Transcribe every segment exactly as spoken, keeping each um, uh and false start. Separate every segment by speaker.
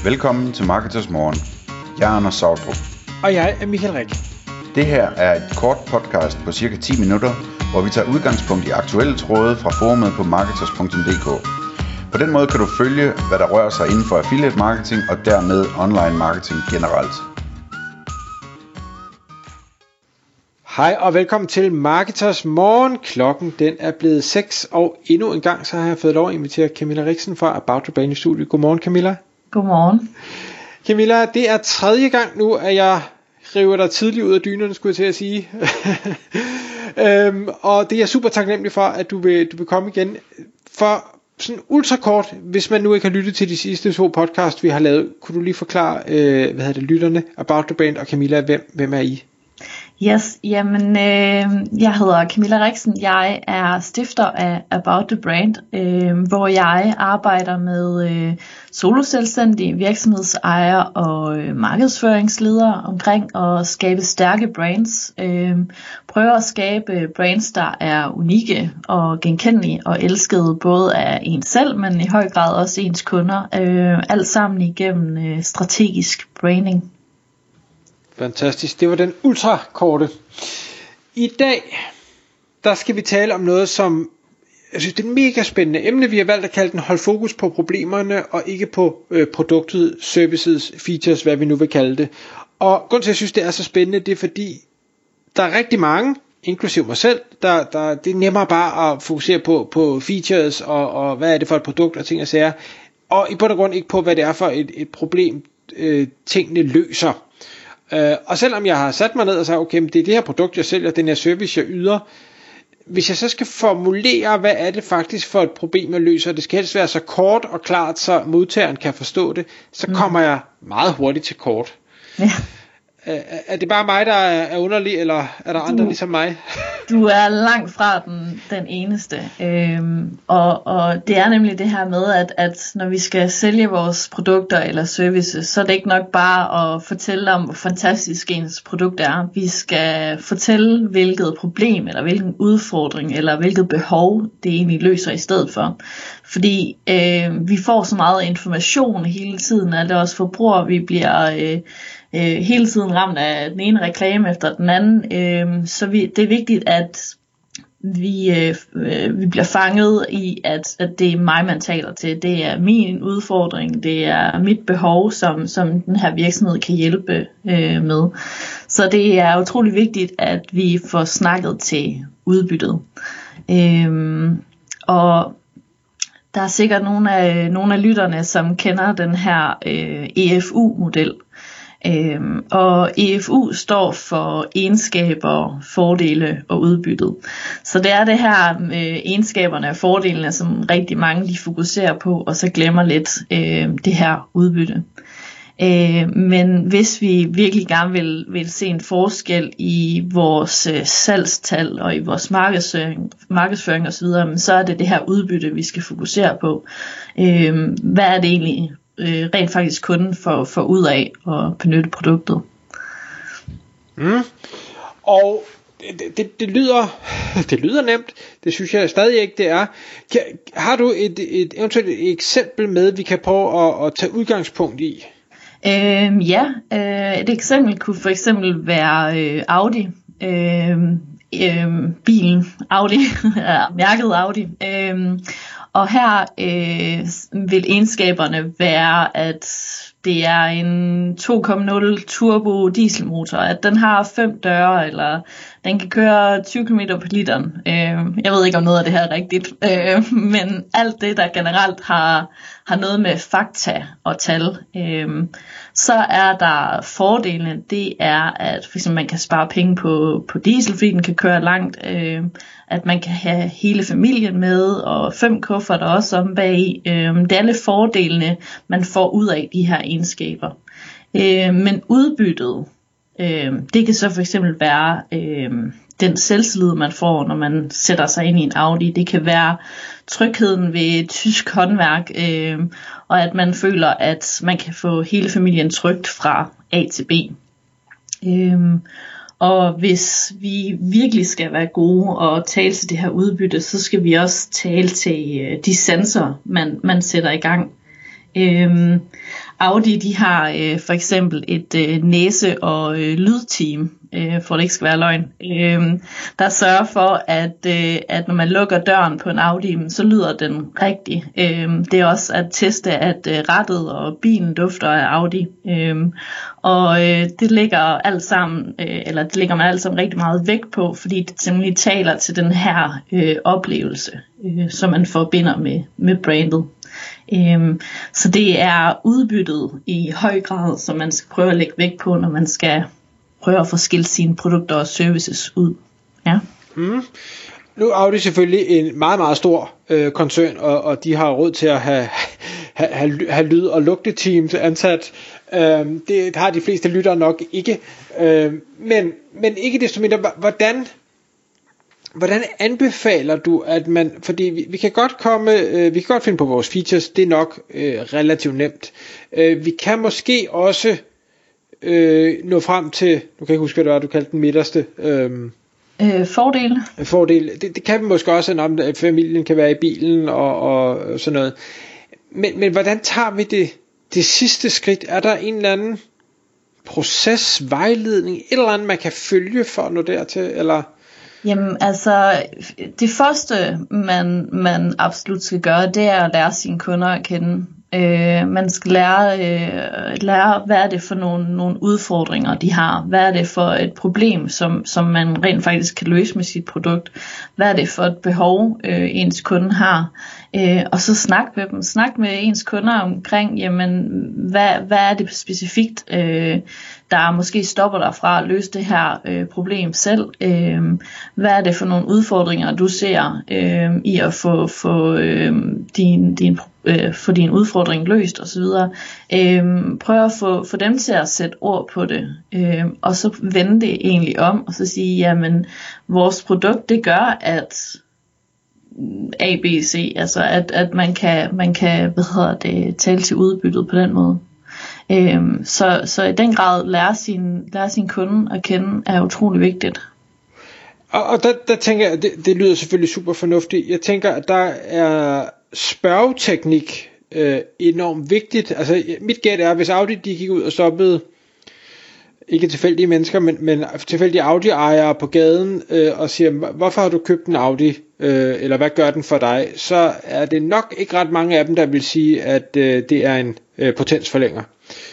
Speaker 1: Velkommen til Marketers Morgen. Jeg er Anders Sautrup.
Speaker 2: Og jeg er Michael Rik.
Speaker 1: Det her er et kort podcast på cirka ti minutter, hvor vi tager udgangspunkt i aktuelle tråde fra forumet på marketers punktum d k. På den måde kan du følge, hvad der rører sig inden for affiliate marketing og dermed online marketing generelt.
Speaker 2: Hej og velkommen til Marketers Morgen. Klokken den er blevet seks, og endnu en gang så har jeg fået lov at invitere Camilla Riksen fra About to Brain i studiet. Godmorgen Camilla.
Speaker 3: Godmorgen.
Speaker 2: Camilla, det er tredje gang nu, at jeg river dig tidligt ud af dynerne, skulle jeg til at sige. øhm, og det er jeg super taknemmelig for, at du vil, du vil komme igen. For sådan ultrakort, hvis man nu ikke har lyttet til de sidste to podcast, vi har lavet, kunne du lige forklare, øh, hvad hedder det, lytterne, About the Brand og Camilla, hvem, hvem er I?
Speaker 3: Yes, jamen øh, jeg hedder Camilla Riksen, jeg er stifter af About the Brand, øh, hvor jeg arbejder med øh, soloselvstændige virksomhedsejere og øh, markedsføringsledere omkring at skabe stærke brands. Øh, prøver at skabe brands, der er unikke og genkendelige og elskede både af en selv, men i høj grad også ens kunder. Øh, alt sammen igennem øh, strategisk branding.
Speaker 2: Fantastisk, det var den ultrakorte. I dag, der skal vi tale om noget, som jeg synes det er et mega spændende emne. Vi har valgt at kalde den hold fokus på problemerne, og ikke på øh, produktet, services, features, hvad vi nu vil kalde det. Og grund til at jeg synes det er så spændende, det er fordi, der er rigtig mange, inklusive mig selv, der, der, det er nemmere bare at fokusere på, på features, og, og hvad er det for et produkt, og ting og sager. Og i bund og grund ikke på, hvad det er for et, et problem, øh, tingene løser. Uh, og selvom jeg har sat mig ned og sagt, okay, det er det her produkt jeg sælger, den her service jeg yder, hvis jeg så skal formulere, hvad er det faktisk for et problem jeg løser, det skal helst være så kort og klart, så modtageren kan forstå det, så mm. kommer jeg meget hurtigt til kort. Ja. Uh, er det bare mig, der er underlig, eller er der du, andre ligesom mig?
Speaker 3: Du er langt fra den, den eneste, øhm, og, og det er nemlig det her med, at, at når vi skal sælge vores produkter eller services, så er det ikke nok bare at fortælle om, hvor fantastisk ens produkt er. Vi skal fortælle, hvilket problem, eller hvilken udfordring, eller hvilket behov det egentlig løser i stedet for. Fordi øh, vi får så meget information hele tiden, at det også forbrugere, vi bliver øh, øh, hele tiden ramt af den ene reklame efter den anden. Øh, så vi, det er vigtigt, at vi, øh, vi bliver fanget i, at, at det er mig, man taler til. Det er min udfordring, det er mit behov, som, som den her virksomhed kan hjælpe øh, med. Så det er utrolig vigtigt, at vi får snakket til udbyttet. Øh, og der er sikkert nogle af, nogle af lytterne, som kender den her øh, E F U-model. Øhm, og E F U står for egenskaber, fordele og udbyttet. Så det er det her øh, egenskaberne og fordelene, som rigtig mange de fokuserer på, og så glemmer lidt øh, det her udbytte. Øh, men hvis vi virkelig gerne vil, vil se en forskel i vores øh, salgstal og i vores markedsføring, markedsføring osv., så er det det her udbytte, vi skal fokusere på. Øh, hvad er det egentlig øh, rent faktisk kunden får, får ud af at benytte produktet?
Speaker 2: Mm. Og det, det, det, lyder, det lyder nemt, det synes jeg stadig ikke det er. Kan, har du et, et eventuelt et eksempel med, vi kan prøve at, at tage udgangspunkt i?
Speaker 3: Øhm, ja, øh, et eksempel kunne for eksempel være øh, Audi, øh, øh, bilen Audi, mærket Audi, øh, og her øh, vil egenskaberne være, at det er en to komma nul turbo dieselmotor, at den har fem døre, eller den kan køre tyve kilometer per literen. Øh, jeg ved ikke om noget af det her er rigtigt, øh, men alt det der generelt har, har noget med fakta og tal. Øh, så er der fordelene, det er, at for eksempel man kan spare penge på, på diesel, fordi den kan køre langt, øh, at man kan have hele familien med, og fem kufferter også om bag. Øh, det er alle fordelene, man får ud af de her egenskaber. Øh, men udbyttet, øh, det kan så for eksempel være øh, den selvtillid, man får, når man sætter sig ind i en Audi. Det kan være trygheden ved tysk håndværk, øh, og at man føler, at man kan få hele familien trygt fra A til B. Øh, og hvis vi virkelig skal være gode og tale til det her udbytte, så skal vi også tale til de sensorer, man, man sætter i gang. Øhm, Audi, de har øh, for eksempel et øh, næse- og øh, lydteam, øh, for det ikke skal være løgn, øh, der sørger for, at, øh, at når man lukker døren på en Audi, så lyder den rigtig. Øh, det er også at teste, at øh, rattet og bilen dufter af Audi. Øh, og øh, det ligger alt sammen, øh, eller det ligger man alt sammen rigtig meget vægt på, fordi det simpelthen taler til den her øh, oplevelse, øh, som man forbinder med, med brandet. Øhm, så det er udbyttet i høj grad, som man skal prøve at lægge vægt på, når man skal prøve at få skilt sine produkter og services ud. Ja.
Speaker 2: Mm. Nu er Audi selvfølgelig en meget, meget stor øh, koncern, og, og de har råd til at have, have, have, have lyd- og lugteteams ansat. Øhm, det har de fleste lyttere nok ikke. Øhm, men, men ikke desto mindre, hvordan... Hvordan anbefaler du, at man, fordi vi, vi kan godt komme, øh, vi kan godt finde på vores features, det er nok øh, relativt nemt. Øh, vi kan måske også øh, nå frem til, du kan ikke huske, hvad det var, du kaldte den midterste. Øh,
Speaker 3: øh, fordele.
Speaker 2: Fordele. Det, det kan vi måske også, at familien kan være i bilen og, og sådan noget. Men, men hvordan tager vi det, det sidste skridt? Er der en eller anden proces, vejledning, et eller andet, man kan følge for at nå dertil, eller...
Speaker 3: Jamen altså, det første man, man absolut skal gøre, det er at lære sine kunder at kende. Øh, man skal lære, øh, lære, hvad er det for nogle, nogle udfordringer, de har. Hvad er det for et problem, som, som man rent faktisk kan løse med sit produkt. Hvad er det for et behov, øh, ens kunde har. Øh, og så snak med dem. Snak med ens kunder omkring, jamen, hvad, hvad er det specifikt, øh, der måske stopper dig fra at løse det her øh, problem selv. Øh, hvad er det for nogle udfordringer, du ser øh, i at få, få, øh, din, din, øh, få din udfordring løst osv. Øh, prøv at få, få dem til at sætte ord på det, øh, og så vende det egentlig om, og så sige, jamen, vores produkt, det gør, at A, B, C, altså at, at man kan, man kan hvad hedder det, tale til udbyttet på den måde. Øhm, så, så i den grad lære sin, lære sin kunde at kende er utrolig vigtigt.
Speaker 2: Og, og der, der tænker jeg, det, det lyder selvfølgelig super fornuftigt. Jeg tænker, at der er spørgeteknik øh, enormt vigtigt. Altså mit gæt er, hvis Audi de gik ud og stoppede, ikke tilfældige mennesker, men, men tilfældige Audi-ejere på gaden øh, og siger, hvorfor har du købt en Audi, øh, eller hvad gør den for dig, så er det nok ikke ret mange af dem, der vil sige, at øh, det er en øh, potensforlænger.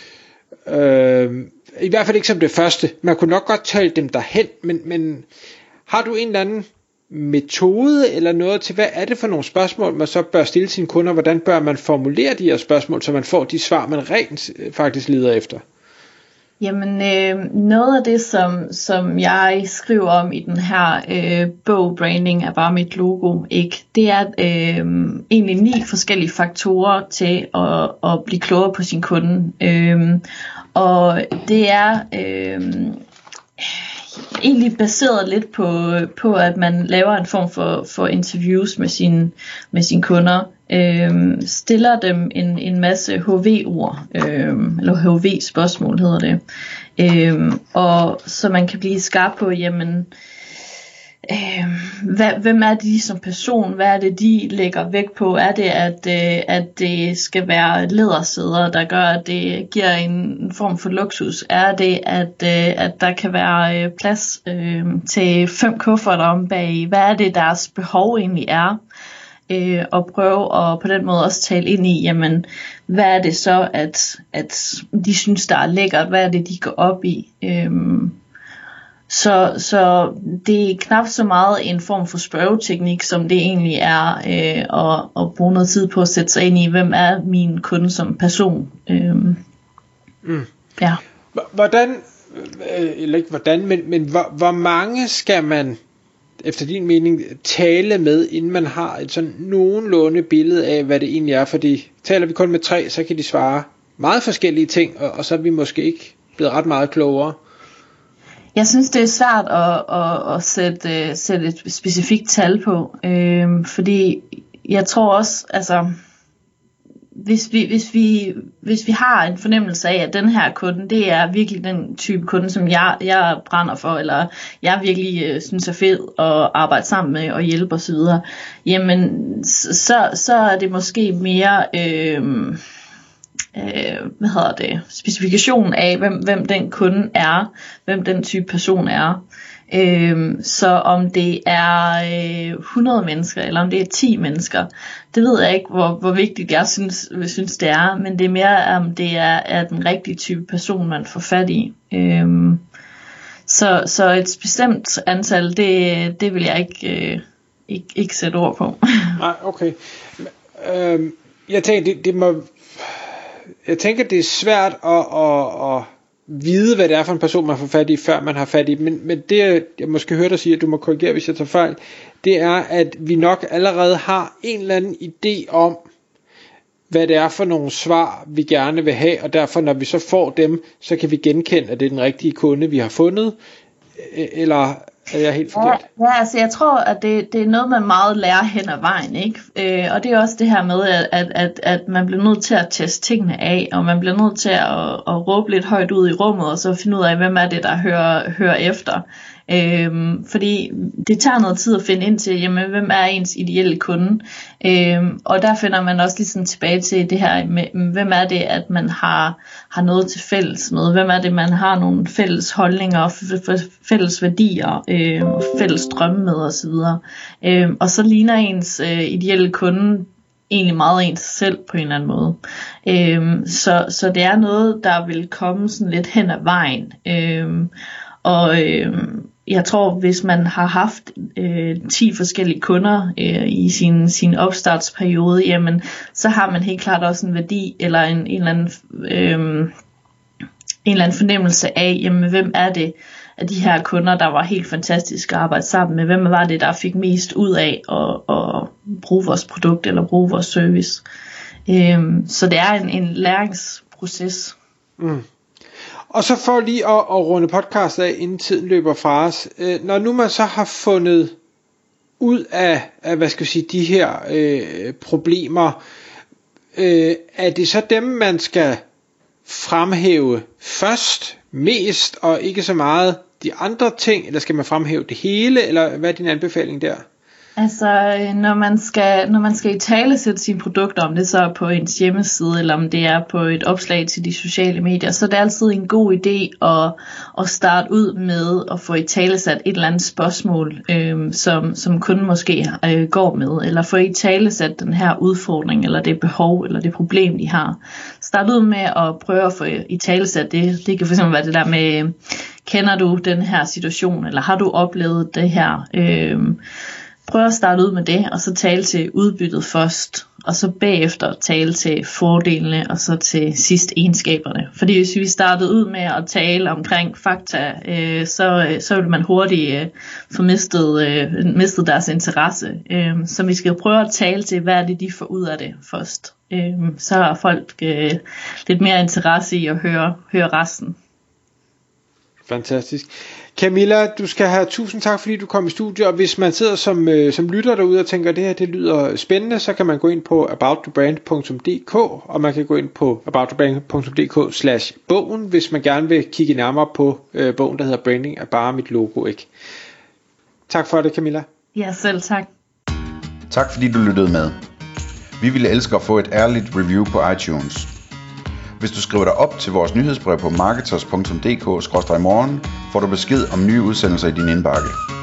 Speaker 2: Øh, I hvert fald ikke som det første. Man kunne nok godt tale dem derhen, men, men har du en eller anden metode eller noget til, hvad er det for nogle spørgsmål, man så bør stille sine kunder, hvordan bør man formulere de her spørgsmål, så man får de svar, man rent faktisk leder efter?
Speaker 3: Jamen øh, noget af det som, som jeg skriver om i den her øh, bog, Branding er bare mit logo, ikke? Det er øh, egentlig ni forskellige faktorer til at, at blive klogere på sin kunde. Øh, og det er øh, egentlig baseret lidt på, på at man laver en form for, for interviews med sine med sine kunder. Øhm, stiller dem en, en masse H V-ord, øhm, eller H V-spørgsmål hedder det, øhm, og så man kan blive skarp på, jamen, øhm, hvad, hvem er de som person, hvad er det de lægger vægt på, er det at, øh, at det skal være lædersæder, der gør at det giver en, en form for luksus, er det at, øh, at der kan være øh, plads øh, til fem kufferter om bag, hvad er det deres behov egentlig er, Øh, og prøve at på den måde også tale ind i, jamen, hvad er det så, at, at de synes, der er lækkert, hvad er det, de går op i. Øhm, så, så det er knap så meget en form for spørgeteknik, som det egentlig er øh, at, at bruge noget tid på at sætte sig ind i, hvem er min kunde som person. Øhm,
Speaker 2: mm.
Speaker 3: Ja.
Speaker 2: Hvordan, eller ikke hvordan, men, men hvor, hvor mange skal man efter din mening tale med, inden man har et sådan nogenlunde billede af, hvad det egentlig er, fordi taler vi kun med tre, så kan de svare meget forskellige ting, og, og så er vi måske ikke blevet ret meget klogere.
Speaker 3: Jeg synes, det er svært at, at, at sætte, sætte et specifikt tal på, øhm, fordi jeg tror også, altså, hvis vi, hvis, vi, hvis vi har en fornemmelse af, at den her kunde, det er virkelig den type kunde, som jeg, jeg brænder for, eller jeg virkelig øh, synes er fed at arbejde sammen med og hjælpe osv., jamen så, så er det måske mere, øh, øh, hvad hedder det, specifikation af, hvem, hvem den kunde er, hvem den type person er. Øh, så om det er øh, hundrede mennesker, eller om det er ti mennesker, det ved jeg ikke, hvor, hvor vigtigt jeg synes, jeg synes det er, men det er mere, om det er, er den rigtige type person, man får fat i. Øh, så, så et bestemt antal, det, det vil jeg ikke, øh, ikke, ikke sætte ord på.
Speaker 2: Nej, okay. Øh, jeg tænker, det, det må... Jeg tænker, det er svært at, at, at vide, hvad det er for en person, man får fat i, før man har fat i. Men, men det, jeg måske hørte dig sige, at du må korrigere, hvis jeg tager fejl, det er, at vi nok allerede har en eller anden idé om, hvad det er for nogle svar, vi gerne vil have, og derfor, når vi så får dem, så kan vi genkende, at det er den rigtige kunde, vi har fundet, eller er jeg helt forkert?
Speaker 3: Ja, ja, altså jeg tror, at det, det er noget, man meget lærer hen ad vejen, ikke? Øh, og det er også det her med, at, at, at, at man bliver nødt til at teste tingene af, og man bliver nødt til at, at råbe lidt højt ud i rummet, og så finde ud af, hvem er det, der hører, hører efter. Øhm, fordi det tager noget tid at finde ind til, jamen, hvem er ens ideelle kunde, øhm, og der finder man også ligesom tilbage til det her med, hvem er det, at man har, har noget til fælles med, hvem er det, man har nogle fælles holdninger, fælles værdier, øhm, og fælles drømme med osv. Øhm, og så ligner ens øh, ideelle kunde egentlig meget ens selv på en eller anden måde. Øhm, så, så det er noget, der vil komme sådan lidt hen ad vejen. Øhm, og øhm, jeg tror, hvis man har haft øh, ti forskellige kunder øh, i sin, sin opstartsperiode, jamen, så har man helt klart også en værdi, eller en, en, eller, anden, øh, en eller anden fornemmelse af, jamen, hvem er det af de her kunder, der var helt fantastiske at arbejde sammen med, hvem var det, der fik mest ud af at, at bruge vores produkt, eller bruge vores service. Øh, så det er en, en læringsproces.
Speaker 2: Mm. Og så for lige at, at runde podcast af, inden tiden løber fra os. Øh, når nu man så har fundet ud af, af hvad skal jeg sige, de her øh, problemer, øh, er det så dem, man skal fremhæve først, mest, og ikke så meget de andre ting, eller skal man fremhæve det hele, eller hvad er din anbefaling der?
Speaker 3: Altså, når man skal, når man skal i tale sætte sine produkter, om det så er på ens hjemmeside, eller om det er på et opslag til de sociale medier, så det er altid en god idé at, at starte ud med at få i tale sat et eller andet spørgsmål, øh, som, som kunden måske øh, går med, eller få i tale sat den her udfordring, eller det behov, eller det problem, de har. Start ud med at prøve at få i tale sat det. Det kan fx være det der med, kender du den her situation, eller har du oplevet det her? Øh, Prøv at starte ud med det, og så tale til udbyttet først, og så bagefter tale til fordelene, og så til sidst egenskaberne. Fordi hvis vi startede ud med at tale omkring fakta, øh, så, så vil man hurtigt øh, få mistet, øh, mistet deres interesse. Øh, så vi skal prøve at tale til, hvad er det, de får ud af det først. Øh, så har folk øh, lidt mere interesse i at høre, høre resten.
Speaker 2: Fantastisk. Camilla, du skal have tusind tak, fordi du kom i studiet, og hvis man sidder som, øh, som lytter derude og tænker, at det her det lyder spændende, så kan man gå ind på about to brand punktum d k, og man kan gå ind på about to brand punktum d k slash bogen, hvis man gerne vil kigge nærmere på øh, bogen, der hedder Branding er bare mit logo, ikke? Tak for det, Camilla.
Speaker 3: Ja, selv tak.
Speaker 1: Tak fordi du lyttede med. Vi ville elske at få et ærligt review på iTunes. Hvis du skriver dig op til vores nyhedsbrev på marketers punktum d k skråstreg morgen, får du besked om nye udsendelser i din indbakke.